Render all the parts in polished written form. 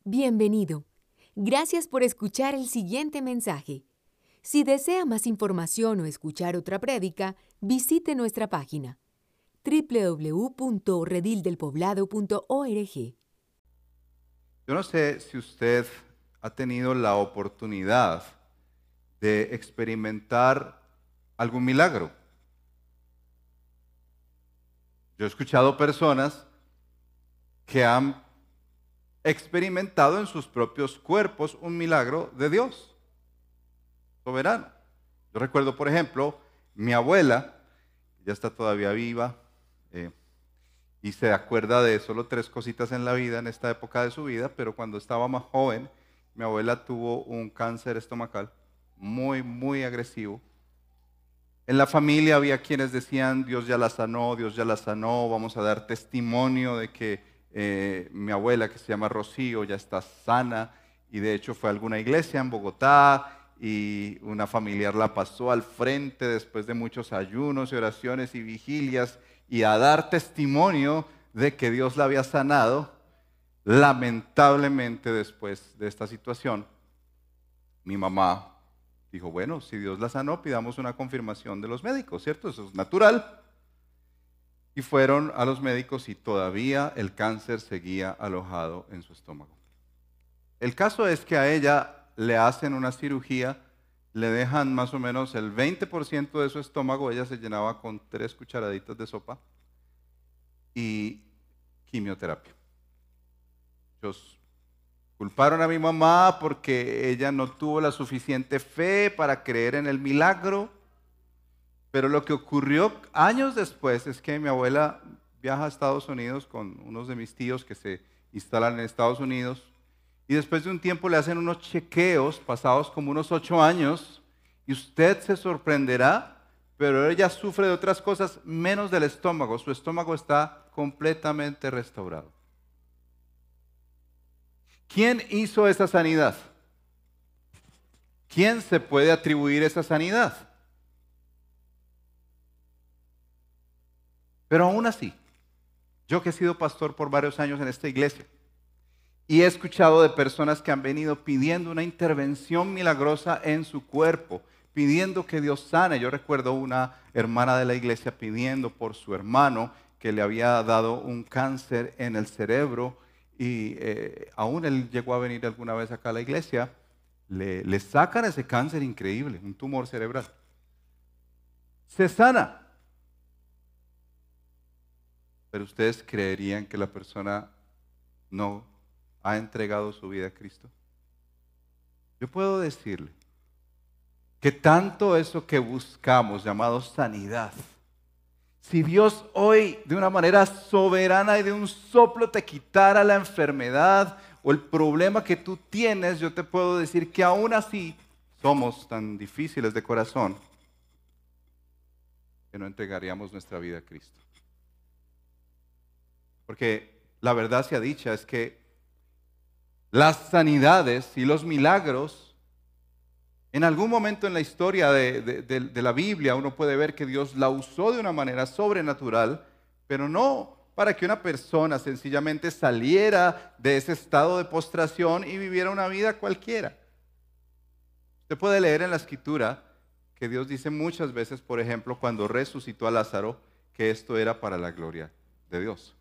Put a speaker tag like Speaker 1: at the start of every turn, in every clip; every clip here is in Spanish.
Speaker 1: Bienvenido. Gracias por escuchar el siguiente mensaje. Si desea más información o escuchar otra prédica, visite nuestra página www.redildelpoblado.org.
Speaker 2: Yo no sé si usted ha tenido la oportunidad de experimentar algún milagro. Yo he escuchado personas que han experimentado en sus propios cuerpos un milagro de Dios, soberano. Yo recuerdo, por ejemplo, mi abuela, que ya está todavía viva, y se acuerda de solo 3 cositas en la vida, en esta época de su vida, pero cuando estaba más joven, mi abuela tuvo un cáncer estomacal muy, muy agresivo. En la familia había quienes decían, Dios ya la sanó, vamos a dar testimonio de que mi abuela, que se llama Rocío, ya está sana, y de hecho fue a alguna iglesia en Bogotá, y una familiar la pasó al frente después de muchos ayunos y oraciones y vigilias, y a dar testimonio de que Dios la había sanado. Lamentablemente, después de esta situación, mi mamá dijo, bueno, si Dios la sanó, pidamos una confirmación de los médicos, ¿cierto? Eso es natural. Y fueron a los médicos y todavía el cáncer seguía alojado en su estómago. El caso es que a ella le hacen una cirugía, le dejan más o menos el 20% de su estómago, ella se llenaba con 3 cucharaditas de sopa y quimioterapia. Ellos culparon a mi mamá porque ella no tuvo la suficiente fe para creer en el milagro, pero lo que ocurrió años después es que mi abuela viaja a Estados Unidos con unos de mis tíos que se instalan en Estados Unidos y después de un tiempo le hacen unos chequeos pasados como unos 8 años y usted se sorprenderá, pero ella sufre de otras cosas menos del estómago. Su estómago está completamente restaurado. ¿Quién hizo esa sanidad? ¿Quién se puede atribuir esa sanidad? Pero aún así, yo que he sido pastor por varios años en esta iglesia y he escuchado de personas que han venido pidiendo una intervención milagrosa en su cuerpo, pidiendo que Dios sane. Yo recuerdo una hermana de la iglesia pidiendo por su hermano que le había dado un cáncer en el cerebro y aún él llegó a venir alguna vez acá a la iglesia, le sacan ese cáncer increíble, un tumor cerebral. Se sana. Pero ustedes creerían que la persona no ha entregado su vida a Cristo. Yo puedo decirle que tanto eso que buscamos, llamado sanidad, si Dios hoy de una manera soberana y de un soplo te quitara la enfermedad o el problema que tú tienes, yo te puedo decir que aún así somos tan difíciles de corazón que no entregaríamos nuestra vida a Cristo. Porque la verdad sea dicha es que las sanidades y los milagros, en algún momento en la historia de la Biblia uno puede ver que Dios la usó de una manera sobrenatural, pero no para que una persona sencillamente saliera de ese estado de postración y viviera una vida cualquiera. Usted puede leer en la Escritura que Dios dice muchas veces, por ejemplo, cuando resucitó a Lázaro, que esto era para la gloria de Dios.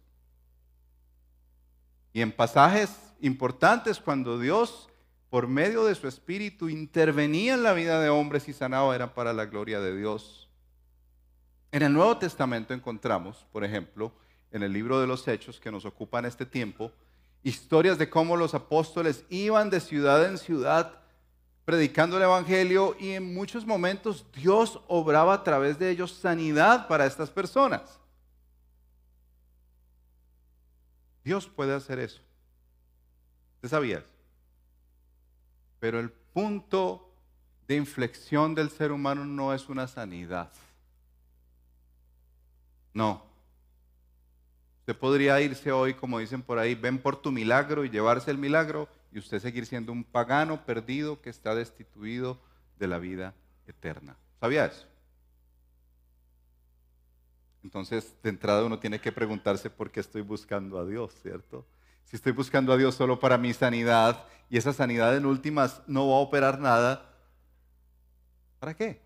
Speaker 2: Y en pasajes importantes, cuando Dios, por medio de su Espíritu, intervenía en la vida de hombres y sanaba, era para la gloria de Dios. En el Nuevo Testamento encontramos, por ejemplo, en el libro de los Hechos, que nos ocupa en este tiempo, historias de cómo los apóstoles iban de ciudad en ciudad predicando el Evangelio y en muchos momentos Dios obraba a través de ellos sanidad para estas personas. Dios puede hacer eso. ¿Usted sabía eso? Pero el punto de inflexión del ser humano no es una sanidad. No. Usted podría irse hoy, como dicen por ahí, ven por tu milagro y llevarse el milagro y usted seguir siendo un pagano perdido que está destituido de la vida eterna. ¿Sabía eso? Entonces, de entrada uno tiene que preguntarse por qué estoy buscando a Dios, ¿cierto? si estoy buscando a Dios solo para mi sanidad y esa sanidad en últimas no va a operar nada, ¿para qué?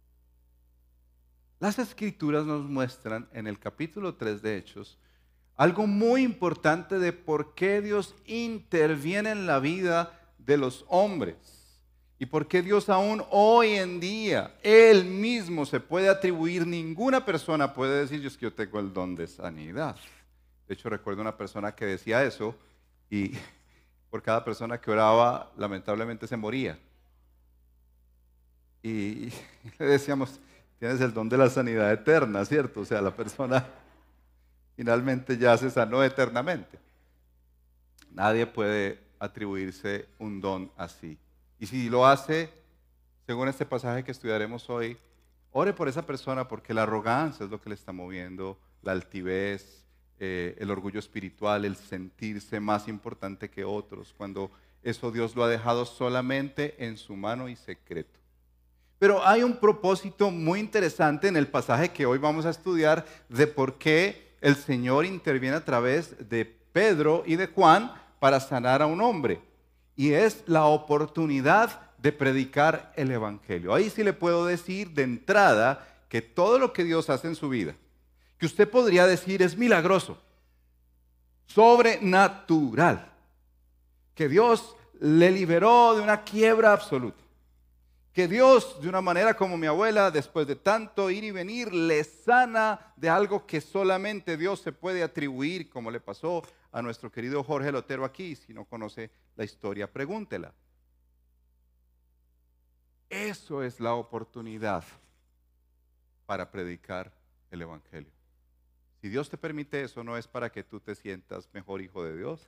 Speaker 2: Las Escrituras nos muestran en el capítulo 3 de Hechos algo muy importante de por qué Dios interviene en la vida de los hombres y por qué Dios aún hoy en día, Él mismo se puede atribuir, ninguna persona puede decir, yo es que yo tengo el don de sanidad. De hecho, recuerdo una persona que decía eso y por cada persona que oraba, lamentablemente se moría. Y le decíamos, tienes el don de la sanidad eterna, ¿cierto? O sea, la persona finalmente ya se sanó eternamente. Nadie puede atribuirse un don así. Y si lo hace, según este pasaje que estudiaremos hoy, ore por esa persona porque la arrogancia es lo que le está moviendo, la altivez, el orgullo espiritual, el sentirse más importante que otros, cuando eso Dios lo ha dejado solamente en su mano y secreto. Pero hay un propósito muy interesante en el pasaje que hoy vamos a estudiar de por qué el Señor interviene a través de Pedro y de Juan para sanar a un hombre. Y es la oportunidad de predicar el Evangelio. Ahí sí le puedo decir de entrada que todo lo que Dios hace en su vida, que usted podría decir es milagroso, sobrenatural, que Dios le liberó de una quiebra absoluta, que Dios, de una manera como mi abuela, después de tanto ir y venir, le sana de algo que solamente Dios se puede atribuir, como le pasó a nuestro querido Jorge Lotero aquí. Si no conoce la historia, pregúntela. Eso es la oportunidad para predicar el Evangelio. Si Dios te permite eso, no es para que tú te sientas mejor hijo de Dios,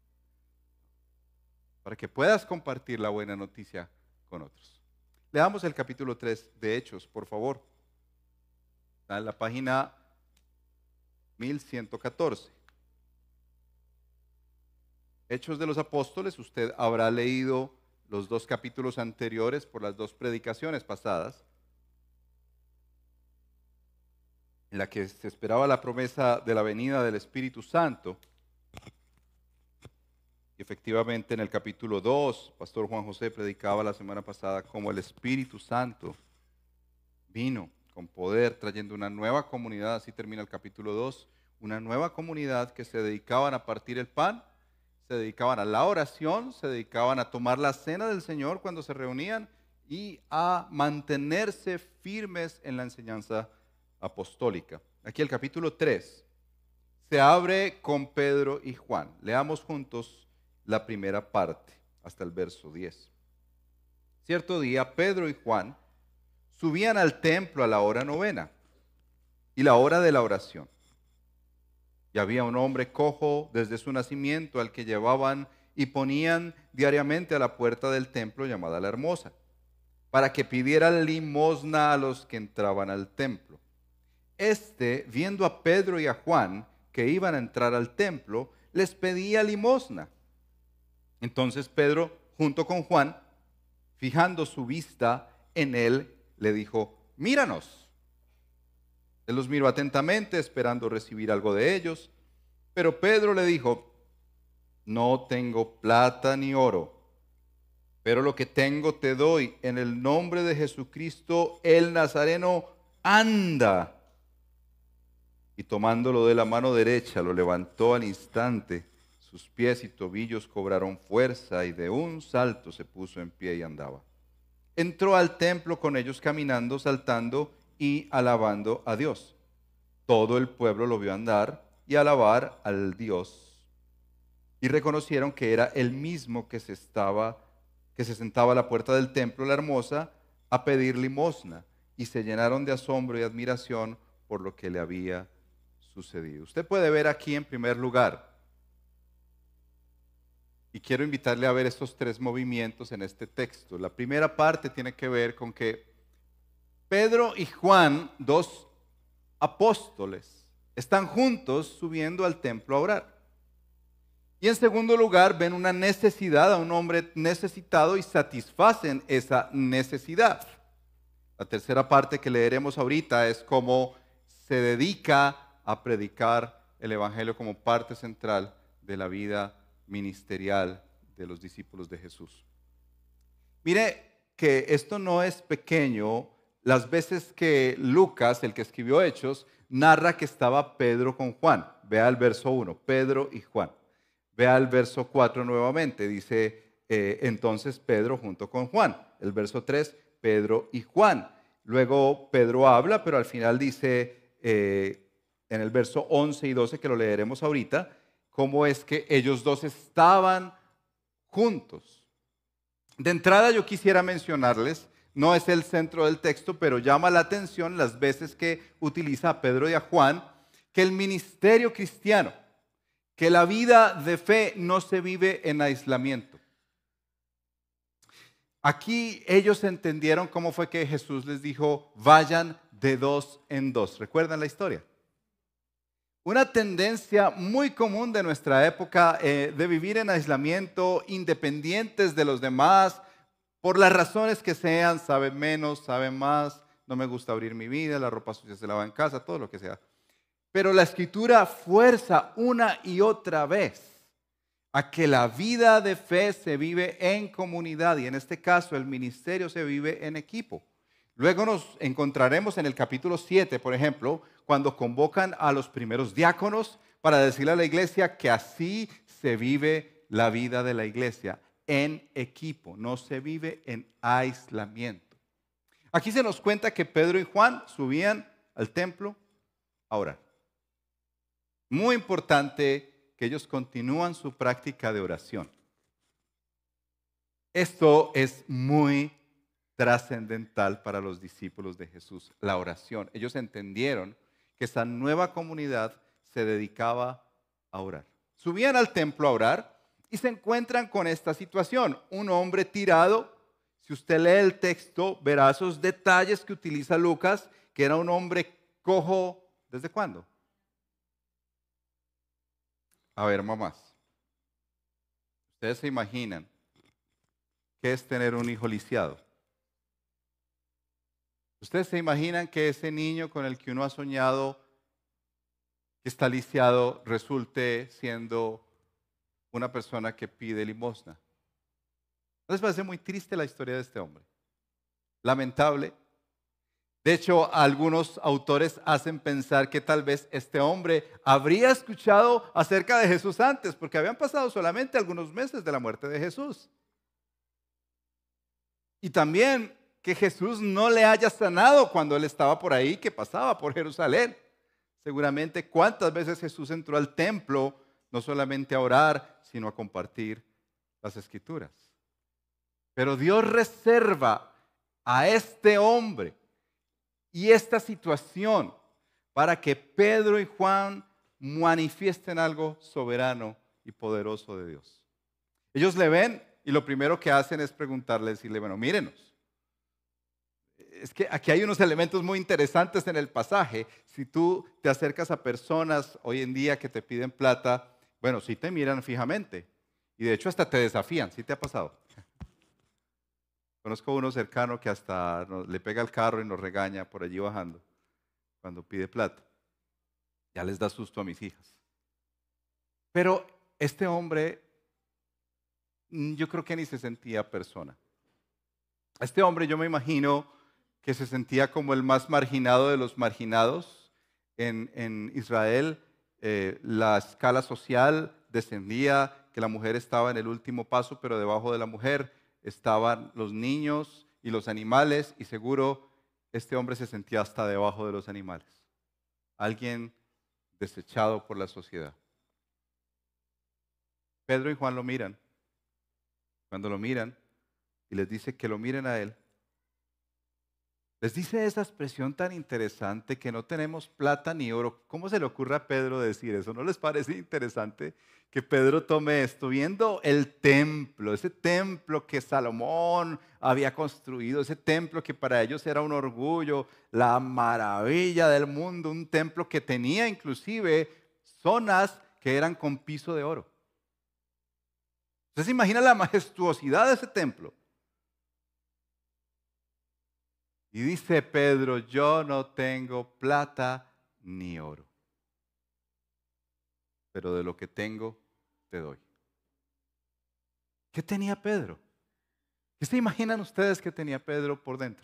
Speaker 2: para que puedas compartir la buena noticia con otros. Leamos el capítulo 3 de Hechos, por favor. Está en la página 1114. Hechos de los Apóstoles, usted habrá leído los 2 capítulos anteriores por las 2 predicaciones pasadas, en la que se esperaba la promesa de la venida del Espíritu Santo. Y efectivamente en el capítulo 2, Pastor Juan José predicaba la semana pasada cómo el Espíritu Santo vino con poder trayendo una nueva comunidad, así termina el capítulo 2, una nueva comunidad que se dedicaban a partir el pan, se dedicaban a la oración, se dedicaban a tomar la cena del Señor cuando se reunían y a mantenerse firmes en la enseñanza apostólica. Aquí el capítulo 3 se abre con Pedro y Juan. Leamos juntos la primera parte hasta el verso 10. Cierto día Pedro y Juan subían al templo a la hora novena y la hora de la oración. Y había un hombre cojo desde su nacimiento al que llevaban y ponían diariamente a la puerta del templo llamada la Hermosa, para que pidiera limosna a los que entraban al templo. Este, viendo a Pedro y a Juan que iban a entrar al templo, les pedía limosna. Entonces Pedro, junto con Juan, fijando su vista en él, le dijo, míranos. Él los miró atentamente, esperando recibir algo de ellos, pero Pedro le dijo, no tengo plata ni oro, pero lo que tengo te doy. En el nombre de Jesucristo el Nazareno, anda. Y tomándolo de la mano derecha, lo levantó al instante. Sus pies y tobillos cobraron fuerza y de un salto se puso en pie y andaba. Entró al templo con ellos caminando, saltando y alabando a Dios. Todo el pueblo lo vio andar y alabar al Dios. Y reconocieron que era el mismo que se sentaba a la puerta del templo, la Hermosa, a pedir limosna. Y se llenaron de asombro y admiración por lo que le había sucedido. Usted puede ver aquí en primer lugar, y quiero invitarle a ver estos 3 movimientos en este texto. La primera parte tiene que ver con que Pedro y Juan, 2 apóstoles, están juntos subiendo al templo a orar. Y en segundo lugar, ven una necesidad a un hombre necesitado y satisfacen esa necesidad. La tercera parte que leeremos ahorita es cómo se dedica a predicar el Evangelio como parte central de la vida ministerial de los discípulos de Jesús. Mire que esto no es pequeño. Las veces que Lucas, el que escribió Hechos, narra que estaba Pedro con Juan. Vea el verso 1, Pedro y Juan. Vea el verso 4 nuevamente, dice entonces Pedro junto con Juan. El verso 3, Pedro y Juan. Luego Pedro habla, pero al final dice en el verso 11 y 12, que lo leeremos ahorita, cómo es que ellos dos estaban juntos. De entrada yo quisiera mencionarles, no es el centro del texto, pero llama la atención las veces que utiliza a Pedro y a Juan, que el ministerio cristiano, que la vida de fe no se vive en aislamiento. Aquí ellos entendieron cómo fue que Jesús les dijo, vayan de dos en dos. ¿Recuerdan la historia? Una tendencia muy común de nuestra época de vivir en aislamiento, independientes de los demás, por las razones que sean, saben menos, saben más, no me gusta abrir mi vida, la ropa sucia se lava en casa, todo lo que sea. Pero la Escritura fuerza una y otra vez a que la vida de fe se vive en comunidad y en este caso el ministerio se vive en equipo. Luego nos encontraremos en el capítulo 7, por ejemplo, cuando convocan a los primeros diáconos para decirle a la iglesia que así se vive la vida de la iglesia, en equipo, no se vive en aislamiento. Aquí se nos cuenta que Pedro y Juan subían al templo a orar. Muy importante que ellos continúan su práctica de oración. Esto es muy trascendental para los discípulos de Jesús, la oración. Ellos entendieron que esa nueva comunidad se dedicaba a orar. Subían al templo a orar y se encuentran con esta situación. Un hombre tirado, si usted lee el texto, verá esos detalles que utiliza Lucas, que era un hombre cojo, ¿desde cuándo? A ver, mamás, ¿ustedes se imaginan qué es tener un hijo lisiado? ¿Ustedes se imaginan que ese niño con el que uno ha soñado que está lisiado resulte siendo una persona que pide limosna? ¿No les parece muy triste la historia de este hombre? Lamentable. De hecho, algunos autores hacen pensar que tal vez este hombre habría escuchado acerca de Jesús antes, porque habían pasado solamente algunos meses de la muerte de Jesús. Y también que Jesús no le haya sanado cuando él estaba por ahí, que pasaba por Jerusalén. Seguramente cuántas veces Jesús entró al templo, no solamente a orar, sino a compartir las Escrituras. Pero Dios reserva a este hombre y esta situación para que Pedro y Juan manifiesten algo soberano y poderoso de Dios. Ellos le ven y lo primero que hacen es preguntarle, decirle, bueno, mírenos. Es que aquí hay unos elementos muy interesantes en el pasaje. Si tú te acercas a personas hoy en día que te piden plata, bueno, sí te miran fijamente. Y de hecho hasta te desafían, ¿sí te ha pasado? Conozco uno cercano que hasta le pega al carro y nos regaña por allí bajando cuando pide plata. Ya les da susto a mis hijas. Pero este hombre, yo creo que ni se sentía persona. Este hombre yo me imagino que se sentía como el más marginado de los marginados. En Israel la escala social descendía, que la mujer estaba en el último paso, pero debajo de la mujer estaban los niños y los animales, y seguro este hombre se sentía hasta debajo de los animales. Alguien desechado por la sociedad. Pedro y Juan lo miran. Cuando lo miran y les dice que lo miren a él, les dice esa expresión tan interesante que no tenemos plata ni oro. ¿Cómo se le ocurre a Pedro decir eso? ¿No les parece interesante que Pedro tome esto? Viendo el templo, ese templo que Salomón había construido, ese templo que para ellos era un orgullo, la maravilla del mundo, un templo que tenía inclusive zonas que eran con piso de oro. ¿Usted se imagina la majestuosidad de ese templo? Y dice Pedro, yo no tengo plata ni oro, pero de lo que tengo te doy. ¿Qué tenía Pedro? ¿Qué se imaginan ustedes que tenía Pedro por dentro?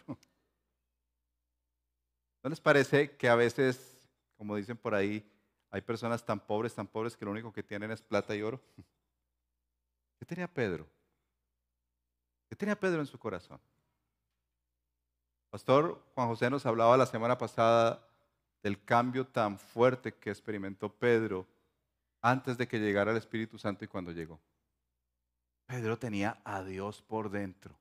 Speaker 2: ¿No les parece que a veces, como dicen por ahí, hay personas tan pobres que lo único que tienen es plata y oro? ¿Qué tenía Pedro? ¿Qué tenía Pedro en su corazón? Pastor Juan José nos hablaba la semana pasada del cambio tan fuerte que experimentó Pedro antes de que llegara el Espíritu Santo y cuando llegó. Pedro tenía a Dios por dentro.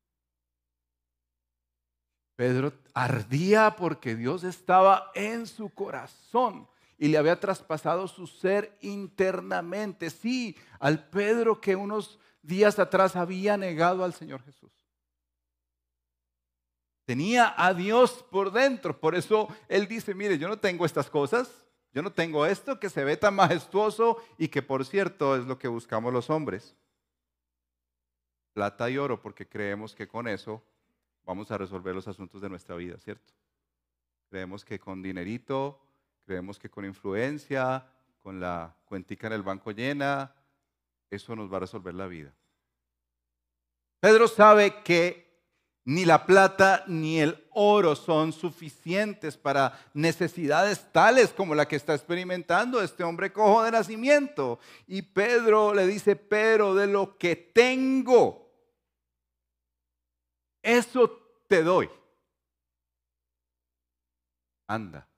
Speaker 2: Pedro ardía porque Dios estaba en su corazón y le había traspasado su ser internamente. Sí, al Pedro que unos días atrás había negado al Señor Jesús. Tenía a Dios por dentro. Por eso él dice, mire, yo no tengo estas cosas. Yo no tengo esto que se ve tan majestuoso y que por cierto es lo que buscamos los hombres. Plata y oro, porque creemos que con eso vamos a resolver los asuntos de nuestra vida, ¿cierto? Creemos que con dinerito, creemos que con influencia, con la cuentica en el banco llena, eso nos va a resolver la vida. Pedro sabe que ni la plata ni el oro son suficientes para necesidades tales como la que está experimentando este hombre cojo de nacimiento. Y Pedro le dice, pero de lo que tengo, eso te doy. Anda.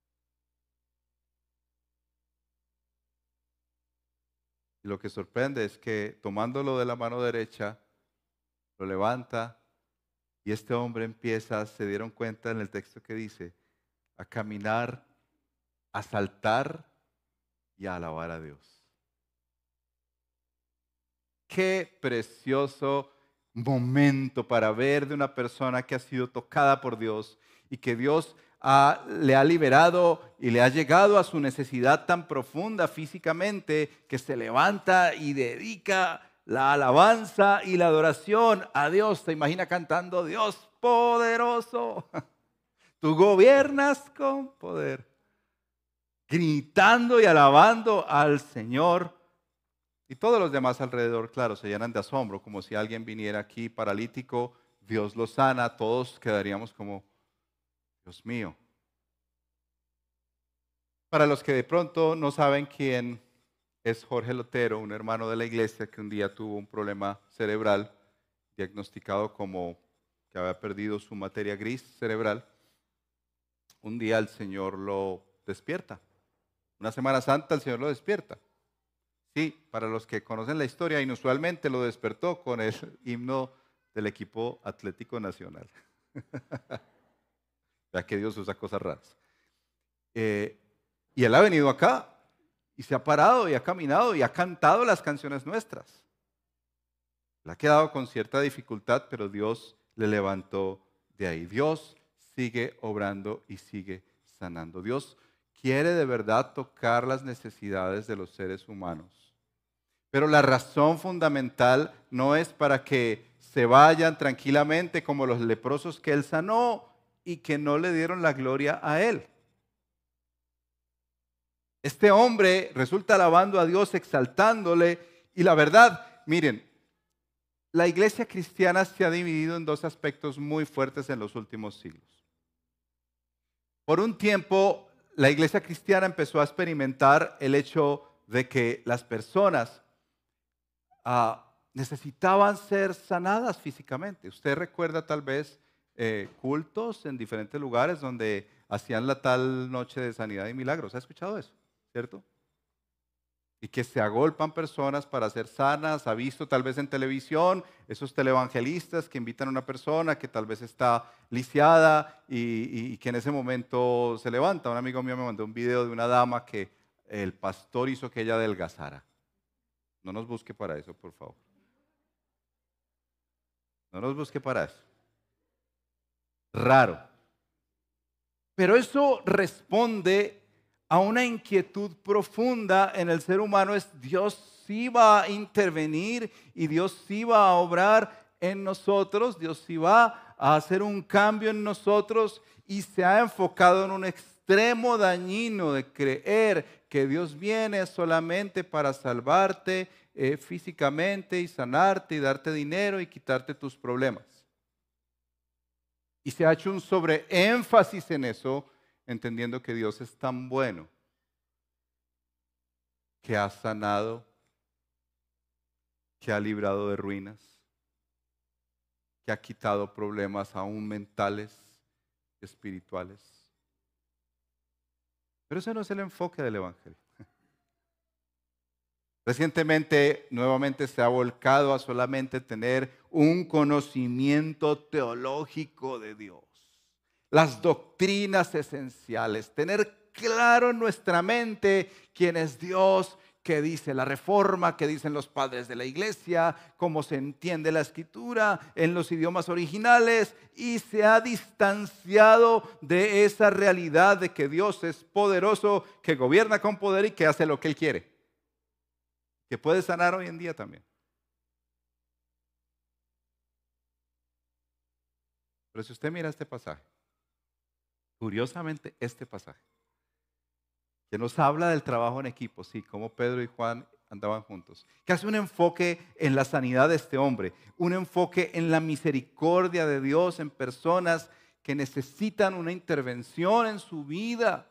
Speaker 2: Y lo que sorprende es que tomándolo de la mano derecha, lo levanta y este hombre empieza, se dieron cuenta en el texto que dice, a caminar, a saltar y a alabar a Dios. Qué precioso momento para ver de una persona que ha sido tocada por Dios y que Dios le ha liberado y le ha llegado a su necesidad tan profunda físicamente que se levanta y dedica la alabanza y la adoración a Dios. ¿Se imagina cantando, Dios poderoso? Tú gobiernas con poder. Gritando y alabando al Señor. Y todos los demás alrededor, claro, se llenan de asombro, como si alguien viniera aquí paralítico, Dios lo sana, todos quedaríamos como, Dios mío. Para los que de pronto no saben quién es Jorge Lotero, un hermano de la iglesia que un día tuvo un problema cerebral, diagnosticado como que había perdido su materia gris cerebral, un día el Señor lo despierta. Una Semana Santa el Señor lo despierta. Sí, para los que conocen la historia, inusualmente lo despertó con el himno del equipo Atlético Nacional. Ya que Dios usa cosas raras. Y él ha venido acá y se ha parado y ha caminado y ha cantado las canciones nuestras. Le ha quedado con cierta dificultad, pero Dios le levantó de ahí. Dios sigue obrando y sigue sanando. Dios quiere de verdad tocar las necesidades de los seres humanos. Pero la razón fundamental no es para que se vayan tranquilamente como los leprosos que Él sanó y que no le dieron la gloria a Él. Este hombre resulta alabando a Dios, exaltándole, y la verdad, miren, la iglesia cristiana se ha dividido en dos aspectos muy fuertes en los últimos siglos. Por un tiempo, la iglesia cristiana empezó a experimentar el hecho de que las personas necesitaban ser sanadas físicamente. Usted recuerda tal vez cultos en diferentes lugares donde hacían la tal noche de sanidad y milagros. ¿Ha escuchado eso? ¿Cierto? Y que se agolpan personas para ser sanas. Ha visto tal vez en televisión esos televangelistas que invitan a una persona que tal vez está lisiada y que en ese momento se levanta. Un amigo mío me mandó un video de una dama que el pastor hizo que ella adelgazara. No nos busque para eso, por favor. No nos busque para eso. Raro. Pero eso responde a una inquietud profunda en el ser humano. Es Dios sí va a intervenir y Dios sí va a obrar en nosotros. Dios sí va a hacer un cambio en nosotros y se ha enfocado en un extremo dañino de creer que Dios viene solamente para salvarte físicamente y sanarte y darte dinero y quitarte tus problemas. Y se ha hecho un sobreénfasis en eso, entendiendo que Dios es tan bueno que ha sanado, que ha librado de ruinas, que ha quitado problemas aún mentales, espirituales. Pero ese no es el enfoque del Evangelio. Recientemente, nuevamente se ha volcado a solamente tener un conocimiento teológico de Dios, las doctrinas esenciales, tener claro en nuestra mente quién es Dios, qué dice la Reforma, qué dicen los padres de la iglesia, cómo se entiende la Escritura en los idiomas originales, y se ha distanciado de esa realidad de que Dios es poderoso, que gobierna con poder y que hace lo que Él quiere, que puede sanar hoy en día también. Pero si usted mira este pasaje, curiosamente este pasaje, que nos habla del trabajo en equipo, sí, como Pedro y Juan andaban juntos, que hace un enfoque en la sanidad de este hombre, un enfoque en la misericordia de Dios en personas que necesitan una intervención en su vida.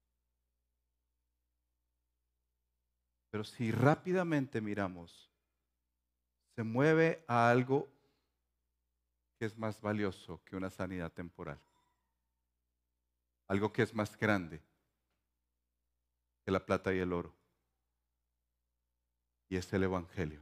Speaker 2: Pero si rápidamente miramos, se mueve a algo que es más valioso que una sanidad temporal, algo que es más grande que la plata y el oro, y es el Evangelio.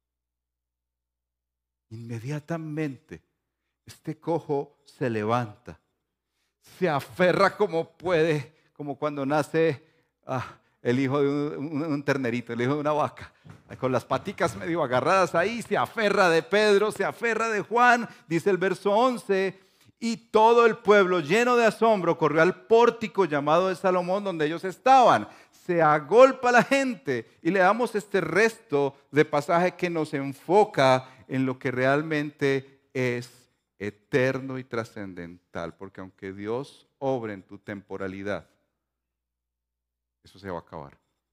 Speaker 2: Inmediatamente este cojo se levanta, se aferra como puede, como cuando nace el hijo de un ternerito, el hijo de una vaca, con las paticas medio agarradas ahí, se aferra de Pedro, se aferra de Juan, dice el verso 11, y todo el pueblo lleno de asombro corrió al pórtico llamado de Salomón donde ellos estaban. Se agolpa la gente y le damos este resto de pasaje que nos enfoca en lo que realmente es eterno y trascendental, porque aunque Dios obre en tu temporalidad, eso se va a acabar.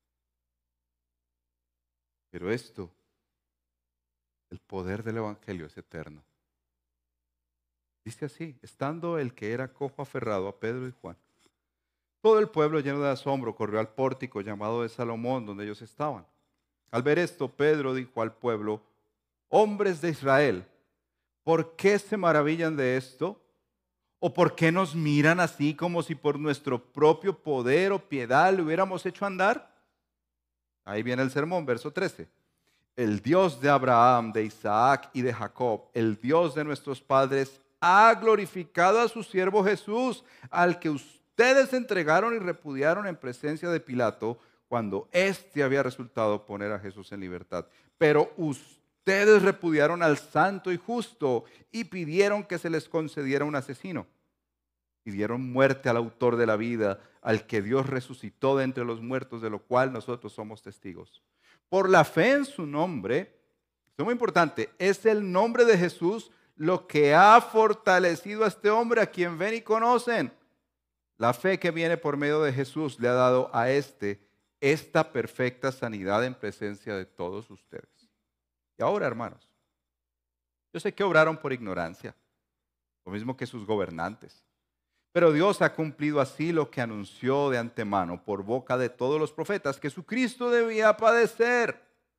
Speaker 2: Pero esto, el poder del Evangelio es eterno. Dice así, estando el que era cojo aferrado a Pedro y Juan, todo el pueblo lleno de asombro corrió al pórtico llamado de Salomón donde ellos estaban. Al ver esto, Pedro dijo al pueblo, hombres de Israel, ¿por qué se maravillan de esto? ¿O por qué nos miran así como si por nuestro propio poder o piedad le hubiéramos hecho andar? Ahí viene el sermón, verso 13. El Dios de Abraham, de Isaac y de Jacob, el Dios de nuestros padres, ha glorificado a su siervo Jesús, al que ustedes entregaron y repudiaron en presencia de Pilato, cuando éste había resultado poner a Jesús en libertad. Pero ustedes repudiaron al santo y justo y pidieron que se les concediera un asesino. Y dieron muerte al autor de la vida, al que Dios resucitó de entre los muertos, de lo cual nosotros somos testigos. Por la fe en su nombre, esto es muy importante, es el nombre de Jesús lo que ha fortalecido a este hombre a quien ven y conocen. La fe que viene por medio de Jesús le ha dado a esta perfecta sanidad en presencia de todos ustedes. Y ahora, hermanos, yo sé que obraron por ignorancia, lo mismo que sus gobernantes. Pero Dios ha cumplido así lo que anunció de antemano por boca de todos los profetas, que su Cristo debía padecer.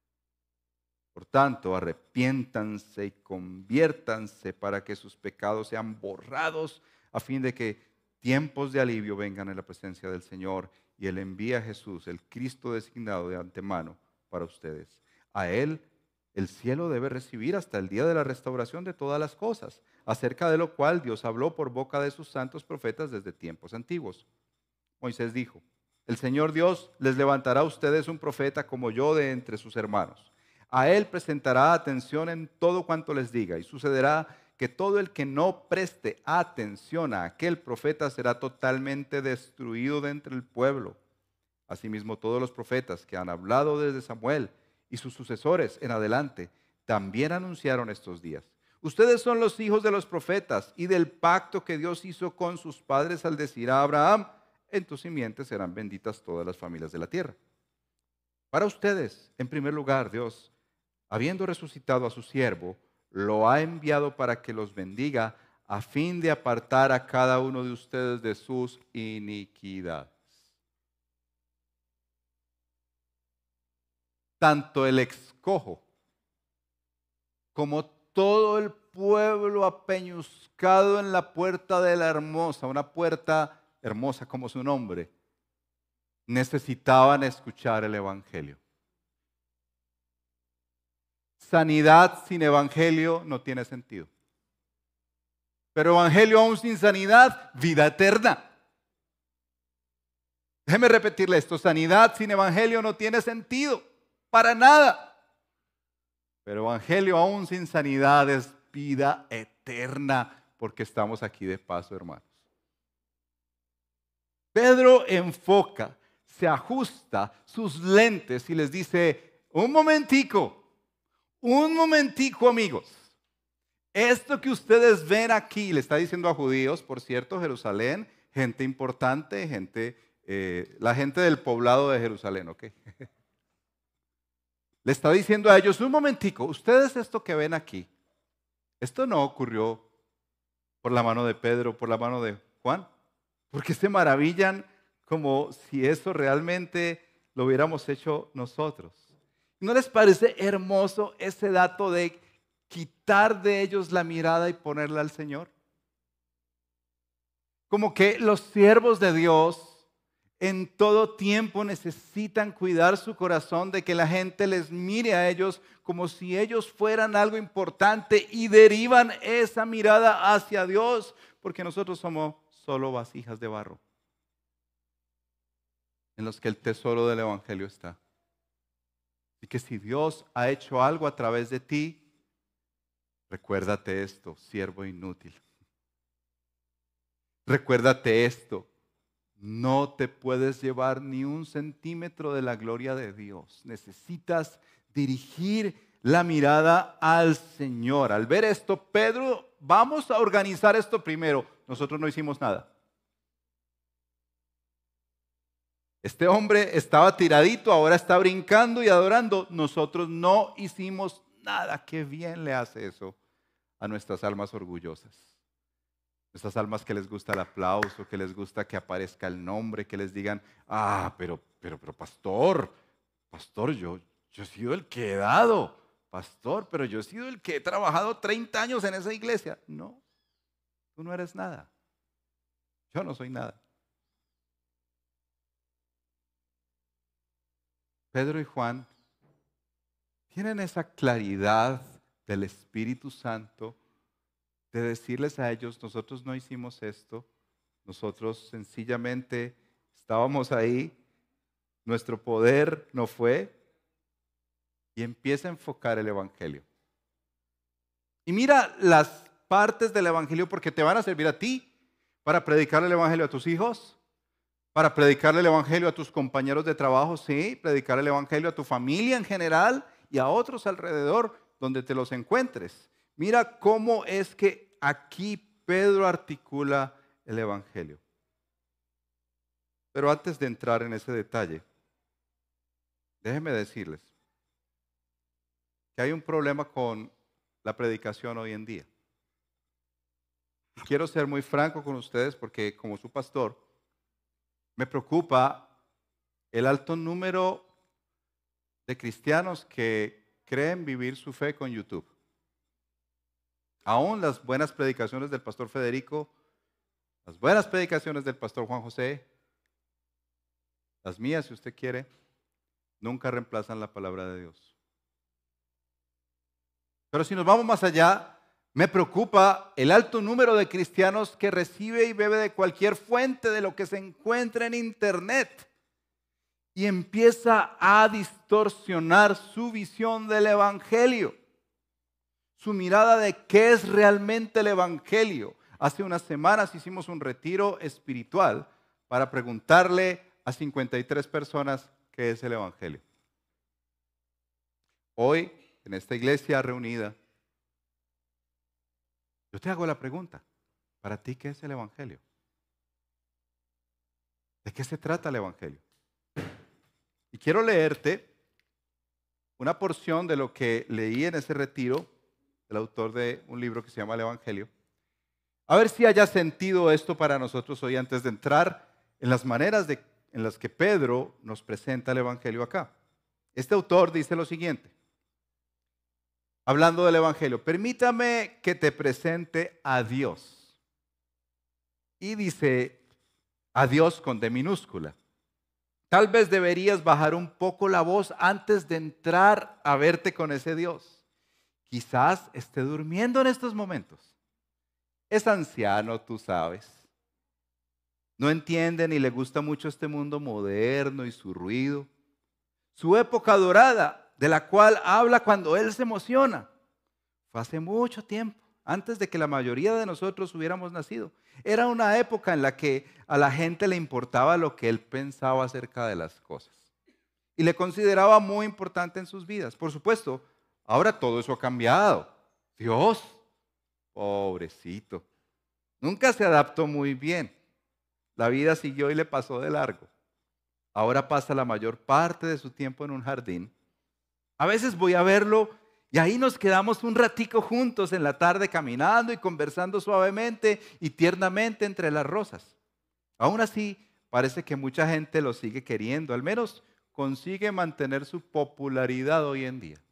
Speaker 2: Por tanto, arrepiéntanse y conviértanse para que sus pecados sean borrados, a fin de que tiempos de alivio vengan en la presencia del Señor, y Él envía a Jesús, el Cristo designado de antemano para ustedes. A Él el cielo debe recibir hasta el día de la restauración de todas las cosas, acerca de lo cual Dios habló por boca de sus santos profetas desde tiempos antiguos. Moisés dijo, el Señor Dios les levantará a ustedes un profeta como yo de entre sus hermanos. A él presentará atención en todo cuanto les diga, y sucederá que todo el que no preste atención a aquel profeta será totalmente destruido de entre el pueblo. Asimismo, todos los profetas que han hablado desde Samuel y sus sucesores en adelante también anunciaron estos días. Ustedes son los hijos de los profetas y del pacto que Dios hizo con sus padres al decir a Abraham, en tu simiente serán benditas todas las familias de la tierra. Para ustedes, en primer lugar, Dios, habiendo resucitado a su siervo, lo ha enviado para que los bendiga a fin de apartar a cada uno de ustedes de sus iniquidades. Tanto el excojo como todo el pueblo apeñuscado en la puerta de la hermosa, una puerta hermosa como su nombre, necesitaban escuchar el evangelio. Sanidad sin evangelio no tiene sentido. Pero evangelio aún sin sanidad, vida eterna. Déjeme repetirle esto, sanidad sin evangelio no tiene sentido, para nada. Pero evangelio aún sin sanidad es vida eterna, porque estamos aquí de paso, hermanos. Pedro enfoca, se ajusta sus lentes y les dice, un momentico amigos. Esto que ustedes ven aquí, le está diciendo a judíos, por cierto, Jerusalén, gente importante, la gente del poblado de Jerusalén, ¿ok? Le está diciendo a ellos, un momentico, ustedes esto que ven aquí, esto no ocurrió por la mano de Pedro, por la mano de Juan, porque se maravillan como si eso realmente lo hubiéramos hecho nosotros. ¿No les parece hermoso ese dato de quitar de ellos la mirada y ponerla al Señor? Como que los siervos de Dios en todo tiempo necesitan cuidar su corazón de que la gente les mire a ellos como si ellos fueran algo importante y derivan esa mirada hacia Dios, porque nosotros somos solo vasijas de barro en los que el tesoro del evangelio está. Y que si Dios ha hecho algo a través de ti, recuérdate esto, siervo inútil. Recuérdate esto, no te puedes llevar ni un centímetro de la gloria de Dios. Necesitas dirigir la mirada al Señor. Al ver esto, Pedro, vamos a organizar esto primero. Nosotros no hicimos nada. Este hombre estaba tiradito, ahora está brincando y adorando. Nosotros no hicimos nada. Qué bien le hace eso a nuestras almas orgullosas. Nuestras almas que les gusta el aplauso, que les gusta que aparezca el nombre, que les digan, pero pastor, yo he sido el que he dado. Pastor, pero yo he sido el que he trabajado 30 años en esa iglesia. No, tú no eres nada. Yo no soy nada. Pedro y Juan tienen esa claridad del Espíritu Santo de decirles a ellos, nosotros no hicimos esto, nosotros sencillamente estábamos ahí, nuestro poder no fue, y empieza a enfocar el Evangelio. Y mira las partes del Evangelio porque te van a servir a ti para predicar el Evangelio a tus hijos, para predicarle el Evangelio a tus compañeros de trabajo, sí, predicar el Evangelio a tu familia en general y a otros alrededor donde te los encuentres. Mira cómo es que aquí Pedro articula el Evangelio. Pero antes de entrar en ese detalle, déjenme decirles que hay un problema con la predicación hoy en día. Y quiero ser muy franco con ustedes porque como su pastor, me preocupa el alto número de cristianos que creen vivir su fe con YouTube. Aún las buenas predicaciones del pastor Federico, las buenas predicaciones del pastor Juan José, las mías si usted quiere, nunca reemplazan la palabra de Dios. Pero si nos vamos más allá, me preocupa el alto número de cristianos que recibe y bebe de cualquier fuente de lo que se encuentra en internet y empieza a distorsionar su visión del evangelio, su mirada de qué es realmente el evangelio. Hace unas semanas hicimos un retiro espiritual para preguntarle a 53 personas qué es el evangelio. Hoy, en esta iglesia reunida, yo te hago la pregunta, ¿para ti qué es el evangelio? ¿De qué se trata el Evangelio? Y quiero leerte una porción de lo que leí en ese retiro, del autor de un libro que se llama El Evangelio. A ver si haya sentido esto para nosotros hoy antes de entrar en las maneras en las que Pedro nos presenta el Evangelio acá. Este autor dice lo siguiente, hablando del Evangelio: permítame que te presente a Dios. Y dice a Dios con D minúscula. Tal vez deberías bajar un poco la voz antes de entrar a verte con ese Dios. Quizás esté durmiendo en estos momentos. Es anciano, tú sabes. No entiende ni le gusta mucho este mundo moderno y su ruido. Su época dorada, de la cual habla cuando él se emociona, fue hace mucho tiempo, antes de que la mayoría de nosotros hubiéramos nacido. Era una época en la que a la gente le importaba lo que él pensaba acerca de las cosas y le consideraba muy importante en sus vidas. Por supuesto, ahora todo eso ha cambiado. Dios, pobrecito, nunca se adaptó muy bien. La vida siguió y le pasó de largo. Ahora pasa la mayor parte de su tiempo en un jardín. A veces voy a verlo y ahí nos quedamos un ratico juntos en la tarde caminando y conversando suavemente y tiernamente entre las rosas. Aún así, parece que mucha gente lo sigue queriendo, al menos consigue mantener su popularidad hoy en día.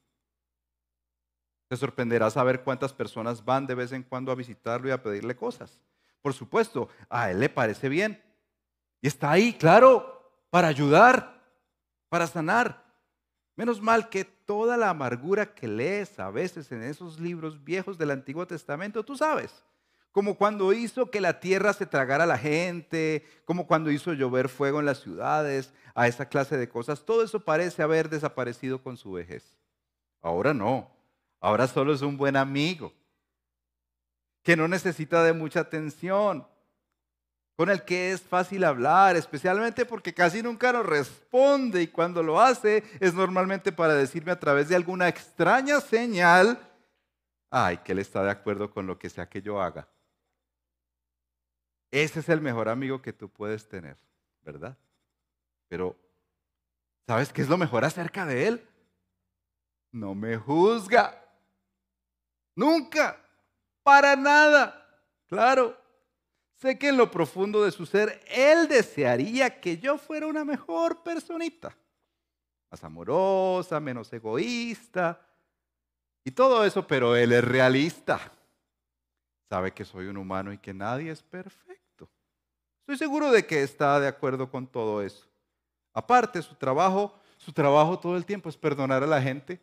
Speaker 2: Te sorprenderá saber cuántas personas van de vez en cuando a visitarlo y a pedirle cosas. Por supuesto, a él le parece bien. Y está ahí, claro, para ayudar, para sanar. Menos mal que toda la amargura que lees a veces en esos libros viejos del Antiguo Testamento, tú sabes, como cuando hizo que la tierra se tragara a la gente, como cuando hizo llover fuego en las ciudades, a esa clase de cosas, todo eso parece haber desaparecido con su vejez. Ahora no, ahora solo es un buen amigo, que no necesita de mucha atención, con el que es fácil hablar, especialmente porque casi nunca nos responde y cuando lo hace es normalmente para decirme a través de alguna extraña señal, ay, que él está de acuerdo con lo que sea que yo haga. Ese es el mejor amigo que tú puedes tener, ¿verdad? Pero, ¿sabes qué es lo mejor acerca de él? No me juzga. Nunca. Para nada. Claro. Sé que en lo profundo de su ser, él desearía que yo fuera una mejor personita. Más amorosa, menos egoísta y todo eso, pero él es realista. Sabe que soy un humano y que nadie es perfecto. Estoy seguro de que está de acuerdo con todo eso. Aparte, su trabajo todo el tiempo es perdonar a la gente.